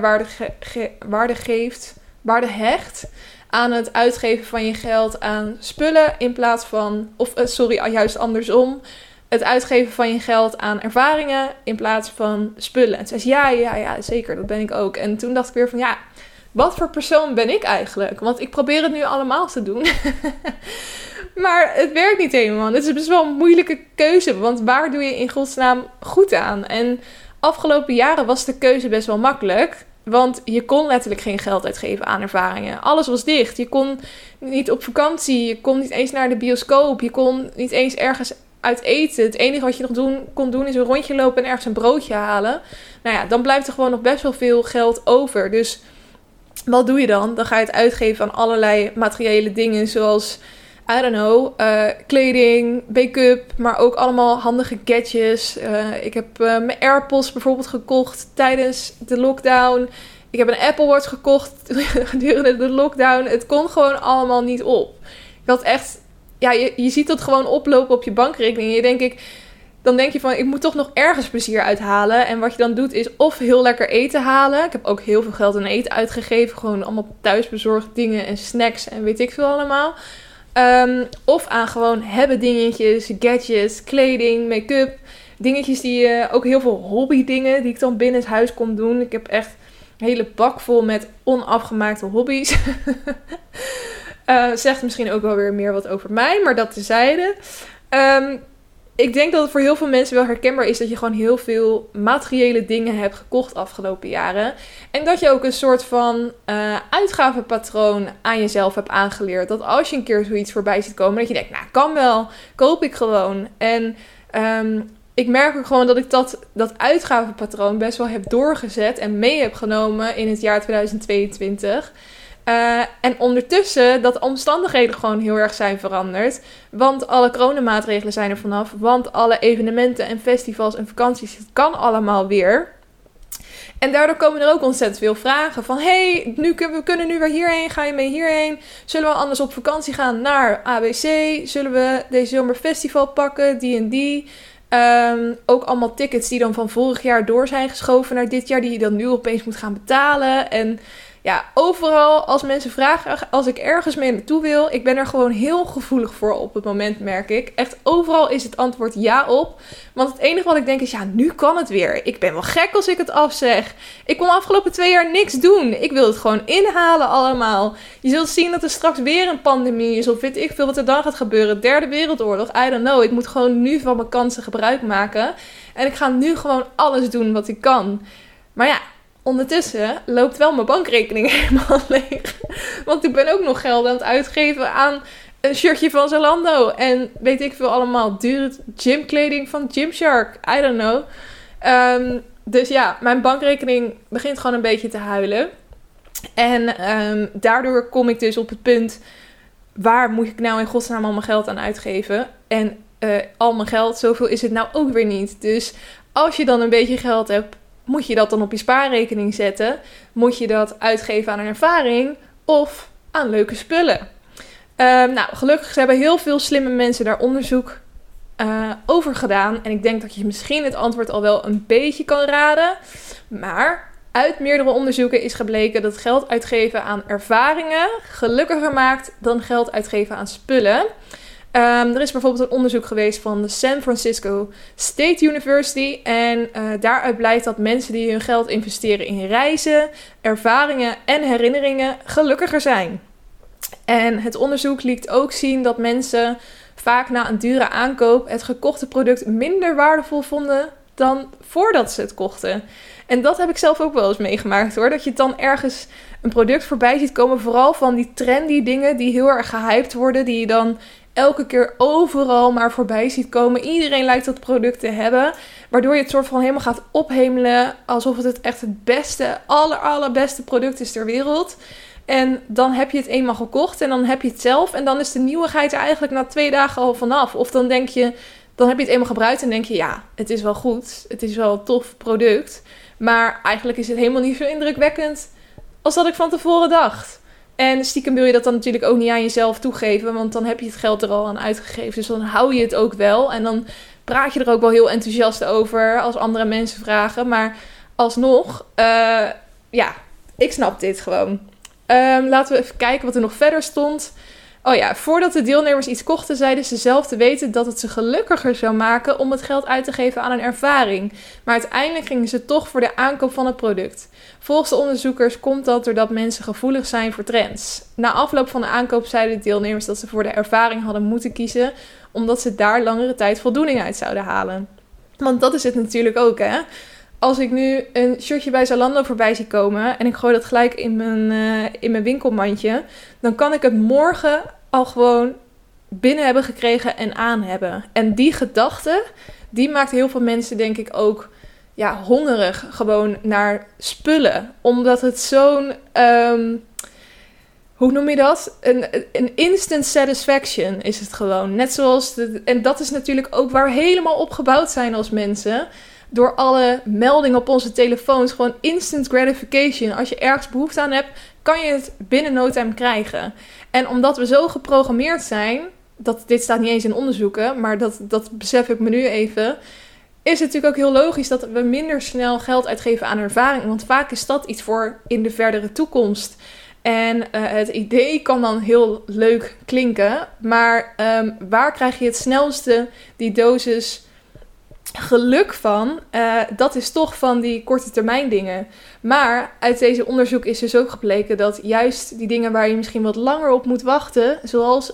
waarde hecht aan het uitgeven van je geld aan spullen in plaats van, juist andersom. Het uitgeven van je geld aan ervaringen in plaats van spullen. En zei ze, ja, zeker, dat ben ik ook. En toen dacht ik weer van, ja, wat voor persoon ben ik eigenlijk? Want ik probeer het nu allemaal te doen. Maar het werkt niet helemaal. Het is best wel een moeilijke keuze. Want waar doe je in godsnaam goed aan? En afgelopen jaren was de keuze best wel makkelijk. Want je kon letterlijk geen geld uitgeven aan ervaringen. Alles was dicht. Je kon niet op vakantie. Je kon niet eens naar de bioscoop. Je kon niet eens ergens uit eten. Het enige wat je nog kon doen is een rondje lopen en ergens een broodje halen. Nou ja, dan blijft er gewoon nog best wel veel geld over. Dus wat doe je dan? Dan ga je het uitgeven aan allerlei materiële dingen zoals, I don't know, kleding, make-up, maar ook allemaal handige gadgets. Ik heb mijn AirPods bijvoorbeeld gekocht tijdens de lockdown. Ik heb een Apple Watch gekocht gedurende de lockdown. Het kon gewoon allemaal niet op. Ik had echt, ja, je ziet dat gewoon oplopen op je bankrekening. Dan denk je van, ik moet toch nog ergens plezier uithalen. En wat je dan doet is of heel lekker eten halen. Ik heb ook heel veel geld aan eten uitgegeven. Gewoon allemaal thuisbezorgd dingen en snacks en weet ik veel allemaal. Of aan gewoon hebben dingetjes, gadgets, kleding, make-up. Dingetjes die ook heel veel hobbydingen die ik dan binnen het huis kon doen. Ik heb echt een hele bak vol met onafgemaakte hobby's. Zegt misschien ook wel weer meer wat over mij, maar dat tezijde. Ik denk dat het voor heel veel mensen wel herkenbaar is dat je gewoon heel veel materiële dingen hebt gekocht afgelopen jaren. En dat je ook een soort van uitgavenpatroon aan jezelf hebt aangeleerd. Dat als je een keer zoiets voorbij ziet komen, dat je denkt, nou kan wel, koop ik gewoon. En ik merk ook gewoon dat ik dat uitgavenpatroon best wel heb doorgezet en mee heb genomen in het jaar 2022. En ondertussen dat de omstandigheden gewoon heel erg zijn veranderd. Want alle coronamaatregelen zijn er vanaf. Want alle evenementen en festivals en vakanties, het kan allemaal weer. En daardoor komen er ook ontzettend veel vragen van, hey, we kunnen nu weer hierheen, ga je mee hierheen? Zullen we anders op vakantie gaan naar ABC? Zullen we deze zomer festival pakken, die en die? Ook allemaal tickets die dan van vorig jaar door zijn geschoven naar dit jaar, die je dan nu opeens moet gaan betalen. En ja, overal als mensen vragen, als ik ergens mee naartoe wil, ik ben er gewoon heel gevoelig voor op het moment, merk ik. Echt overal is het antwoord ja op. Want het enige wat ik denk is, ja, nu kan het weer. Ik ben wel gek als ik het afzeg. Ik kon de afgelopen 2 jaar niks doen. Ik wil het gewoon inhalen allemaal. Je zult zien dat er straks weer een pandemie is, of weet ik veel wat er dan gaat gebeuren. 3e Wereldoorlog, I don't know. Ik moet gewoon nu van mijn kansen gebruik maken. En ik ga nu gewoon alles doen wat ik kan. Maar ja, ondertussen loopt wel mijn bankrekening helemaal leeg. Want ik ben ook nog geld aan het uitgeven aan een shirtje van Zalando. En weet ik veel allemaal, dure gymkleding van Gymshark. I don't know. Dus ja, mijn bankrekening begint gewoon een beetje te huilen. En daardoor kom ik dus op het punt, waar moet ik nou in godsnaam al mijn geld aan uitgeven? En al mijn geld, zoveel is het nou ook weer niet. Dus als je dan een beetje geld hebt, moet je dat dan op je spaarrekening zetten? Moet je dat uitgeven aan een ervaring of aan leuke spullen? Nou, gelukkig hebben heel veel slimme mensen daar onderzoek over gedaan. En ik denk dat je misschien het antwoord al wel een beetje kan raden. Maar uit meerdere onderzoeken is gebleken dat geld uitgeven aan ervaringen gelukkiger maakt dan geld uitgeven aan spullen. Er is bijvoorbeeld een onderzoek geweest van de San Francisco State University. En daaruit blijkt dat mensen die hun geld investeren in reizen, ervaringen en herinneringen gelukkiger zijn. En het onderzoek liet ook zien dat mensen vaak na een dure aankoop het gekochte product minder waardevol vonden dan voordat ze het kochten. En dat heb ik zelf ook wel eens meegemaakt hoor. Dat je dan ergens een product voorbij ziet komen. Vooral van die trendy dingen die heel erg gehyped worden. Die je dan elke keer overal maar voorbij ziet komen. Iedereen lijkt dat product te hebben. Waardoor je het soort van helemaal gaat ophemelen. Alsof het echt het beste, allerbeste product is ter wereld. En dan heb je het eenmaal gekocht en dan heb je het zelf. En dan is de nieuwigheid er eigenlijk na 2 dagen al vanaf. Of dan denk je, dan heb je het eenmaal gebruikt en denk je, ja, het is wel goed. Het is wel een tof product. Maar eigenlijk is het helemaal niet zo indrukwekkend als dat ik van tevoren dacht. En stiekem wil je dat dan natuurlijk ook niet aan jezelf toegeven, want dan heb je het geld er al aan uitgegeven. Dus dan hou je het ook wel. En dan praat je er ook wel heel enthousiast over als andere mensen vragen. Maar alsnog, ik snap dit gewoon. Laten we even kijken wat er nog verder stond. Oh ja, voordat de deelnemers iets kochten, zeiden ze zelf te weten dat het ze gelukkiger zou maken om het geld uit te geven aan een ervaring. Maar uiteindelijk gingen ze toch voor de aankoop van het product. Volgens de onderzoekers komt dat doordat mensen gevoelig zijn voor trends. Na afloop van de aankoop zeiden de deelnemers dat ze voor de ervaring hadden moeten kiezen, omdat ze daar langere tijd voldoening uit zouden halen. Want dat is het natuurlijk ook, hè. Als ik nu een shirtje bij Zalando voorbij zie komen en ik gooi dat gelijk in mijn winkelmandje, dan kan ik het morgen al gewoon binnen hebben gekregen en aan hebben. En die gedachte, die maakt heel veel mensen denk ik ook hongerig gewoon naar spullen. Omdat het zo'n, hoe noem je dat? Een instant satisfaction is het gewoon. Net zoals, en dat is natuurlijk ook waar we helemaal op gebouwd zijn als mensen. Door alle meldingen op onze telefoons, gewoon instant gratification. Als je ergens behoefte aan hebt, kan je het binnen no time krijgen. En omdat we zo geprogrammeerd zijn, dit staat niet eens in onderzoeken, maar dat besef ik me nu even, is het natuurlijk ook heel logisch dat we minder snel geld uitgeven aan ervaring. Want vaak is dat iets voor in de verdere toekomst. En het idee kan dan heel leuk klinken, maar waar krijg je het snelste die dosis geluk van? Dat is toch van die korte termijn dingen. Maar uit deze onderzoek is dus ook gebleken dat juist die dingen waar je misschien wat langer op moet wachten, zoals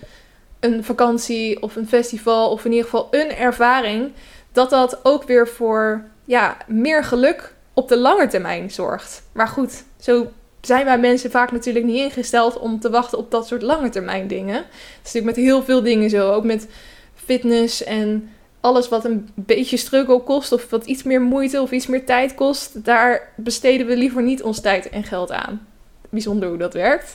een vakantie of een festival of in ieder geval een ervaring, dat ook weer voor meer geluk op de lange termijn zorgt. Maar goed, zo zijn wij mensen vaak natuurlijk niet ingesteld om te wachten op dat soort lange termijn dingen. Dat is natuurlijk met heel veel dingen zo. Ook met fitness en alles wat een beetje struggle kost of wat iets meer moeite of iets meer tijd kost, daar besteden we liever niet ons tijd en geld aan. Bijzonder hoe dat werkt.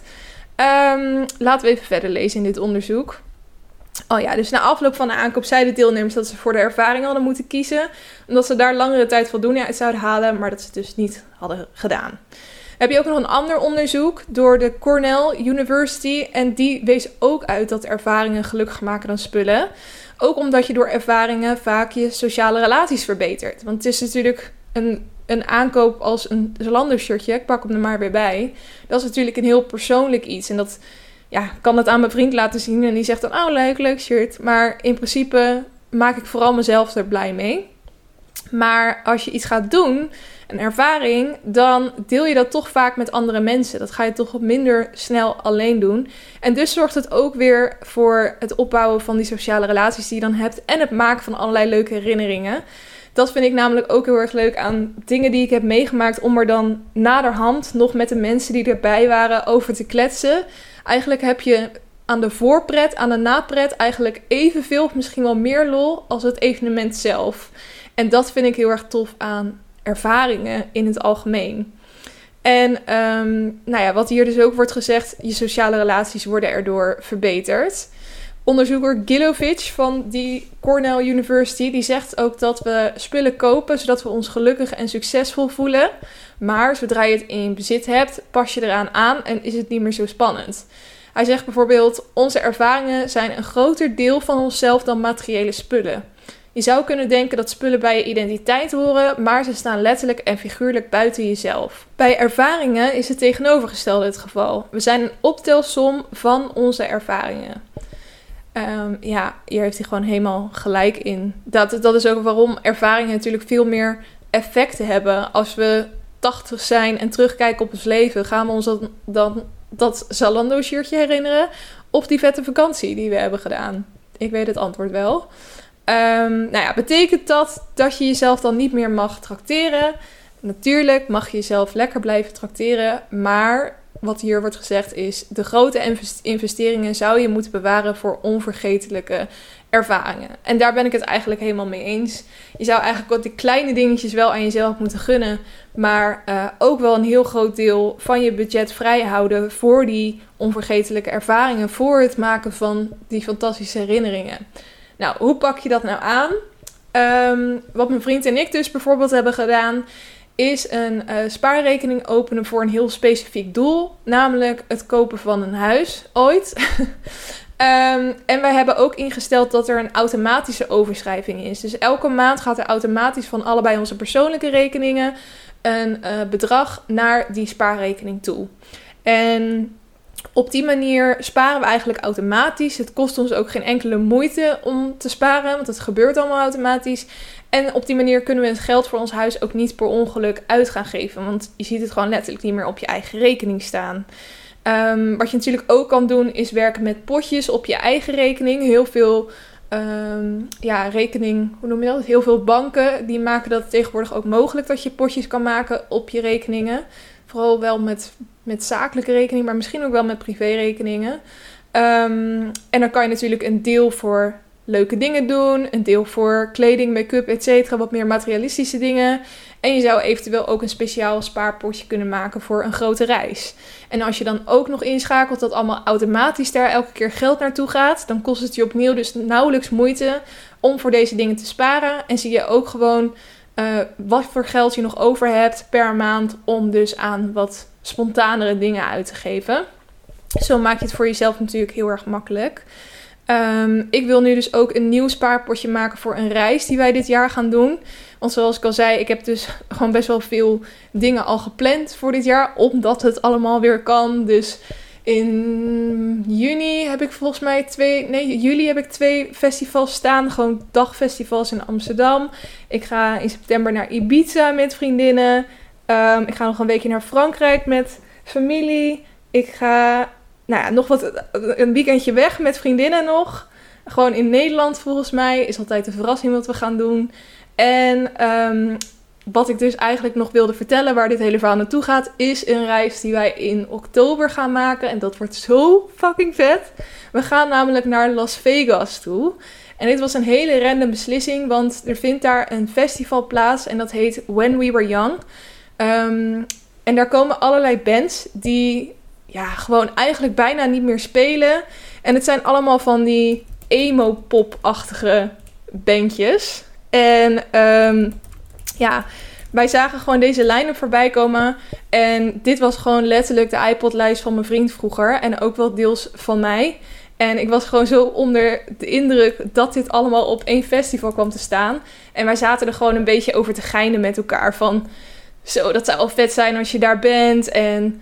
Laten we even verder lezen in dit onderzoek. Oh ja, dus na afloop van de aankoop zeiden deelnemers dat ze voor de ervaring hadden moeten kiezen, omdat ze daar langere tijd voldoening uit zouden halen, maar dat ze het dus niet hadden gedaan. Heb je ook nog een ander onderzoek door de Cornell University en die wees ook uit dat ervaringen gelukkiger maken dan spullen. Ook omdat je door ervaringen vaak je sociale relaties verbetert. Want het is natuurlijk een aankoop als een Zalando shirtje, ik pak hem er maar weer bij. Dat is natuurlijk een heel persoonlijk iets. En dat kan het aan mijn vriend laten zien en die zegt dan, oh leuk shirt. Maar in principe maak ik vooral mezelf er blij mee. Maar als je iets gaat doen, een ervaring, dan deel je dat toch vaak met andere mensen. Dat ga je toch wat minder snel alleen doen. En dus zorgt het ook weer voor het opbouwen van die sociale relaties die je dan hebt en het maken van allerlei leuke herinneringen. Dat vind ik namelijk ook heel erg leuk aan dingen die ik heb meegemaakt, om er dan naderhand nog met de mensen die erbij waren over te kletsen. Eigenlijk heb je aan de voorpret, aan de napret eigenlijk evenveel of misschien wel meer lol als het evenement zelf. En dat vind ik heel erg tof aan ervaringen in het algemeen. En wat hier dus ook wordt gezegd, je sociale relaties worden erdoor verbeterd. Onderzoeker Gilovic van die Cornell University, die zegt ook dat we spullen kopen zodat we ons gelukkig en succesvol voelen. Maar zodra je het in bezit hebt, pas je eraan aan en is het niet meer zo spannend. Hij zegt bijvoorbeeld, onze ervaringen zijn een groter deel van onszelf dan materiële spullen. Je zou kunnen denken dat spullen bij je identiteit horen, maar ze staan letterlijk en figuurlijk buiten jezelf. Bij ervaringen is het tegenovergestelde het geval. We zijn een optelsom van onze ervaringen. Hier heeft hij gewoon helemaal gelijk in. Dat is ook waarom ervaringen natuurlijk veel meer effecten hebben. Als we 80 zijn en terugkijken op ons leven, gaan we ons dan dat Zalando shirtje herinneren of die vette vakantie die we hebben gedaan? Ik weet het antwoord wel. Betekent dat je jezelf dan niet meer mag trakteren? Natuurlijk mag je jezelf lekker blijven trakteren, maar wat hier wordt gezegd is, de grote investeringen zou je moeten bewaren voor onvergetelijke ervaringen. En daar ben ik het eigenlijk helemaal mee eens. Je zou eigenlijk ook die kleine dingetjes wel aan jezelf moeten gunnen, maar ook wel een heel groot deel van je budget vrijhouden voor die onvergetelijke ervaringen, voor het maken van die fantastische herinneringen. Nou, hoe pak je dat nou aan? Wat mijn vriend en ik dus bijvoorbeeld hebben gedaan, is een spaarrekening openen voor een heel specifiek doel. Namelijk het kopen van een huis, ooit. En wij hebben ook ingesteld dat er een automatische overschrijving is. Dus elke maand gaat er automatisch van allebei onze persoonlijke rekeningen een bedrag naar die spaarrekening toe. En op die manier sparen we eigenlijk automatisch. Het kost ons ook geen enkele moeite om te sparen, want het gebeurt allemaal automatisch. En op die manier kunnen we het geld voor ons huis ook niet per ongeluk uit gaan geven. Want je ziet het gewoon letterlijk niet meer op je eigen rekening staan. Wat je natuurlijk ook kan doen is werken met potjes op je eigen rekening. Heel veel heel veel banken die maken dat tegenwoordig ook mogelijk dat je potjes kan maken op je rekeningen. Vooral wel met zakelijke rekeningen, maar misschien ook wel met privérekeningen. En dan kan je natuurlijk een deel voor leuke dingen doen, een deel voor kleding, make-up, etc. Wat meer materialistische dingen. En je zou eventueel ook een speciaal spaarpotje kunnen maken voor een grote reis. En als je dan ook nog inschakelt dat allemaal automatisch daar elke keer geld naartoe gaat, dan kost het je opnieuw dus nauwelijks moeite om voor deze dingen te sparen. En zie je ook gewoon wat voor geld je nog over hebt per maand om dus aan wat spontanere dingen uit te geven. Zo maak je het voor jezelf natuurlijk heel erg makkelijk. Ik wil nu dus ook een nieuw spaarpotje maken voor een reis die wij dit jaar gaan doen. Want zoals ik al zei, ik heb dus gewoon best wel veel dingen al gepland voor dit jaar, omdat het allemaal weer kan. Dus in juli heb ik volgens mij juli heb ik 2 festivals staan. Gewoon dagfestivals in Amsterdam. Ik ga in september naar Ibiza met vriendinnen. Ik ga nog een weekje naar Frankrijk met familie. Ik ga een weekendje weg met vriendinnen nog. Gewoon in Nederland volgens mij. Is altijd een verrassing wat we gaan doen. En wat ik dus eigenlijk nog wilde vertellen, waar dit hele verhaal naartoe gaat, is een reis die wij in oktober gaan maken. En dat wordt zo fucking vet. We gaan namelijk naar Las Vegas toe. En dit was een hele random beslissing, want er vindt daar een festival plaats en dat heet When We Were Young. En daar komen allerlei bands die gewoon eigenlijk bijna niet meer spelen. En het zijn allemaal van die emo-pop-achtige bandjes. En wij zagen gewoon deze line-up voorbij komen. En dit was gewoon letterlijk de iPod-lijst van mijn vriend vroeger. En ook wel deels van mij. En ik was gewoon zo onder de indruk dat dit allemaal op één festival kwam te staan. En wij zaten er gewoon een beetje over te geinen met elkaar. Van, zo, dat zou al vet zijn als je daar bent. En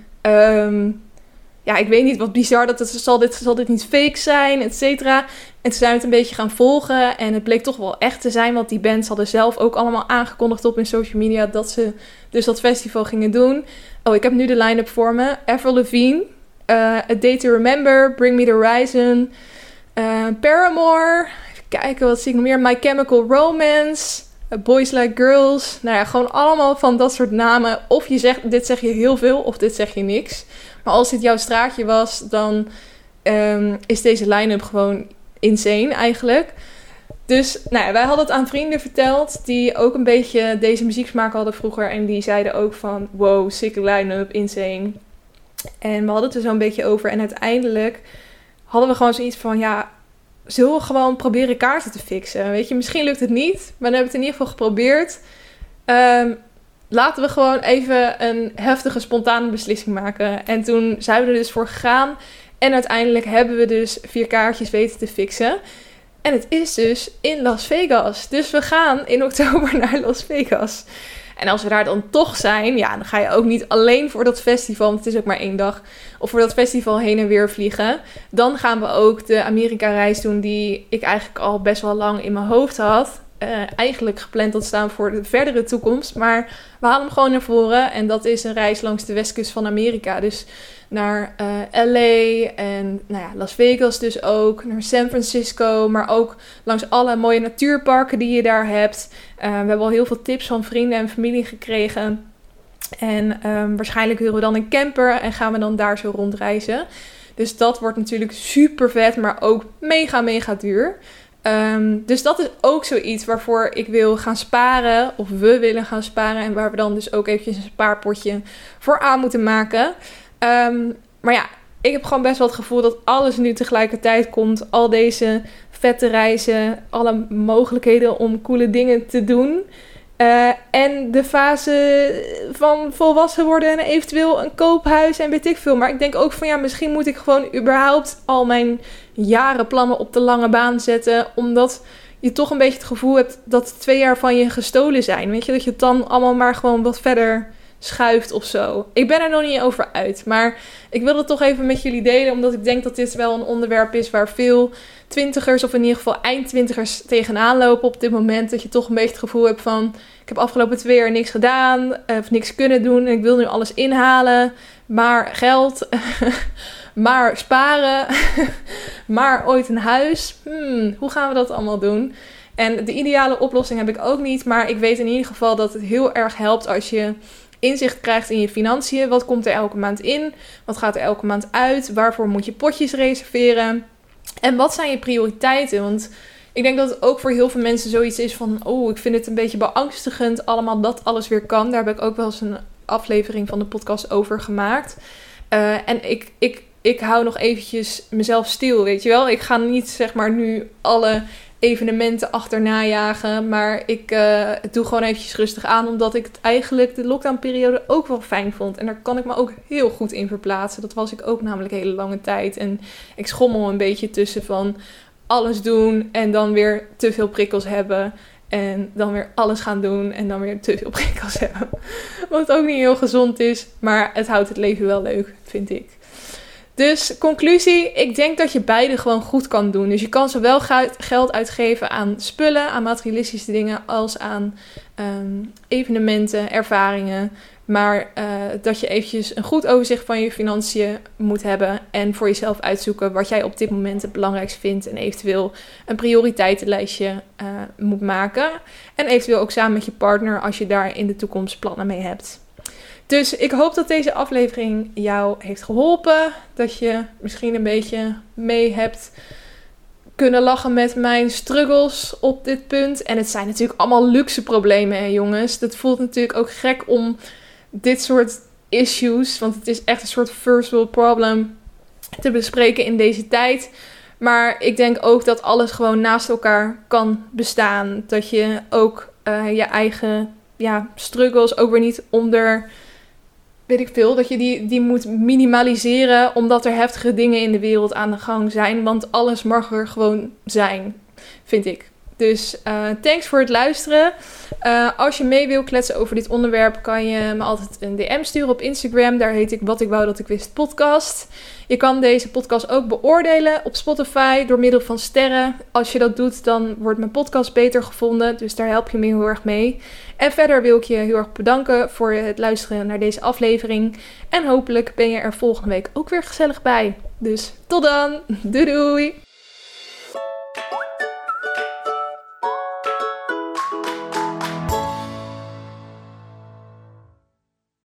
ik weet niet, wat bizar. Zal dit niet fake zijn, et cetera. En toen zijn we het een beetje gaan volgen. En het bleek toch wel echt te zijn. Want die bands hadden zelf ook allemaal aangekondigd op hun social media dat ze dus dat festival gingen doen. Oh, ik heb nu de line-up voor me. Avril Lavigne, A Day to Remember, Bring Me the Horizon, Paramore. Even kijken, wat zie ik nog meer? My Chemical Romance, Boys Like Girls. Nou ja, gewoon allemaal van dat soort namen. Of je zegt, dit zeg je heel veel, of dit zeg je niks. Maar als dit jouw straatje was, dan is deze line-up gewoon insane eigenlijk. Dus wij hadden het aan vrienden verteld die ook een beetje deze muzieksmaak hadden vroeger. En die zeiden ook van, wow, sick line-up, insane. En we hadden het er zo een beetje over. En uiteindelijk hadden we gewoon zoiets van, zullen we gewoon proberen kaarten te fixen? Weet je, misschien lukt het niet, maar dan hebben we het in ieder geval geprobeerd. Laten we gewoon even een heftige, spontane beslissing maken. En toen zijn we er dus voor gegaan. En uiteindelijk hebben we dus 4 kaartjes weten te fixen. En het is dus in Las Vegas. Dus we gaan in oktober naar Las Vegas. En als we daar dan toch zijn, dan ga je ook niet alleen voor dat festival, want het is ook maar 1 dag, of voor dat festival heen en weer vliegen. Dan gaan we ook de Amerika-reis doen die ik eigenlijk al best wel lang in mijn hoofd had. Eigenlijk gepland had staan voor de verdere toekomst. Maar we halen hem gewoon naar voren. En dat is een reis langs de westkust van Amerika. Dus naar LA en Las Vegas dus ook. Naar San Francisco. Maar ook langs alle mooie natuurparken die je daar hebt. We hebben al heel veel tips van vrienden en familie gekregen. En waarschijnlijk huren we dan een camper en gaan we dan daar zo rondreizen. Dus dat wordt natuurlijk super vet, maar ook mega, mega duur. Dus dat is ook zoiets waarvoor ik wil gaan sparen. Of we willen gaan sparen. En waar we dan dus ook eventjes een spaarpotje voor aan moeten maken. Maar ja, ik heb gewoon best wel het gevoel dat alles nu tegelijkertijd komt. Al deze vette reizen. Alle mogelijkheden om coole dingen te doen. En de fase van volwassen worden en eventueel een koophuis en weet ik veel. Maar ik denk ook van misschien moet ik gewoon überhaupt al mijn jarenplannen op de lange baan zetten. Omdat je toch een beetje het gevoel hebt dat 2 jaar van je gestolen zijn. Weet je, dat je het dan allemaal maar gewoon wat verder schuift of zo. Ik ben er nog niet over uit, maar ik wil het toch even met jullie delen. Omdat ik denk dat dit wel een onderwerp is waar veel twintigers of in ieder geval eindtwintigers tegenaan lopen op dit moment. Dat je toch een beetje het gevoel hebt van, ik heb afgelopen 2 jaar niks gedaan of niks kunnen doen en ik wil nu alles inhalen. Maar geld, maar sparen, maar ooit een huis. Hoe gaan we dat allemaal doen? En de ideale oplossing heb ik ook niet, maar ik weet in ieder geval dat het heel erg helpt als je inzicht krijgt in je financiën. Wat komt er elke maand in? Wat gaat er elke maand uit? Waarvoor moet je potjes reserveren? En wat zijn je prioriteiten? Want ik denk dat het ook voor heel veel mensen zoiets is van, ik vind het een beetje beangstigend allemaal dat alles weer kan. Daar heb ik ook wel eens een aflevering van de podcast over gemaakt. En ik hou nog eventjes mezelf stil, weet je wel. Ik ga niet zeg maar nu alle evenementen achterna jagen, maar ik doe gewoon eventjes rustig aan, omdat ik het eigenlijk de lockdownperiode ook wel fijn vond. En daar kan ik me ook heel goed in verplaatsen. Dat was ik ook namelijk een hele lange tijd. En ik schommel een beetje tussen van alles doen en dan weer te veel prikkels hebben. En dan weer alles gaan doen en dan weer te veel prikkels hebben. Wat ook niet heel gezond is, maar het houdt het leven wel leuk, vind ik. Dus conclusie, ik denk dat je beide gewoon goed kan doen. Dus je kan zowel geld uitgeven aan spullen, aan materialistische dingen, als aan evenementen, ervaringen. Maar dat je eventjes een goed overzicht van je financiën moet hebben en voor jezelf uitzoeken wat jij op dit moment het belangrijkst vindt. En eventueel een prioriteitenlijstje moet maken. En eventueel ook samen met je partner als je daar in de toekomst plannen mee hebt. Dus ik hoop dat deze aflevering jou heeft geholpen. Dat je misschien een beetje mee hebt kunnen lachen met mijn struggles op dit punt. En het zijn natuurlijk allemaal luxe problemen, hè, jongens. Dat voelt natuurlijk ook gek om dit soort issues, want het is echt een soort first world problem, te bespreken in deze tijd. Maar ik denk ook dat alles gewoon naast elkaar kan bestaan. Dat je ook je eigen struggles ook weer niet onder, weet ik veel, dat je die moet minimaliseren omdat er heftige dingen in de wereld aan de gang zijn. Want alles mag er gewoon zijn, vind ik. Dus thanks voor het luisteren. Als je mee wil kletsen over dit onderwerp, kan je me altijd een DM sturen op Instagram. Daar heet ik Wat ik wou dat ik wist podcast. Je kan deze podcast ook beoordelen op Spotify door middel van sterren. Als je dat doet, dan wordt mijn podcast beter gevonden. Dus daar help je me heel erg mee. En verder wil ik je heel erg bedanken voor het luisteren naar deze aflevering. En hopelijk ben je er volgende week ook weer gezellig bij. Dus tot dan. Doei doei.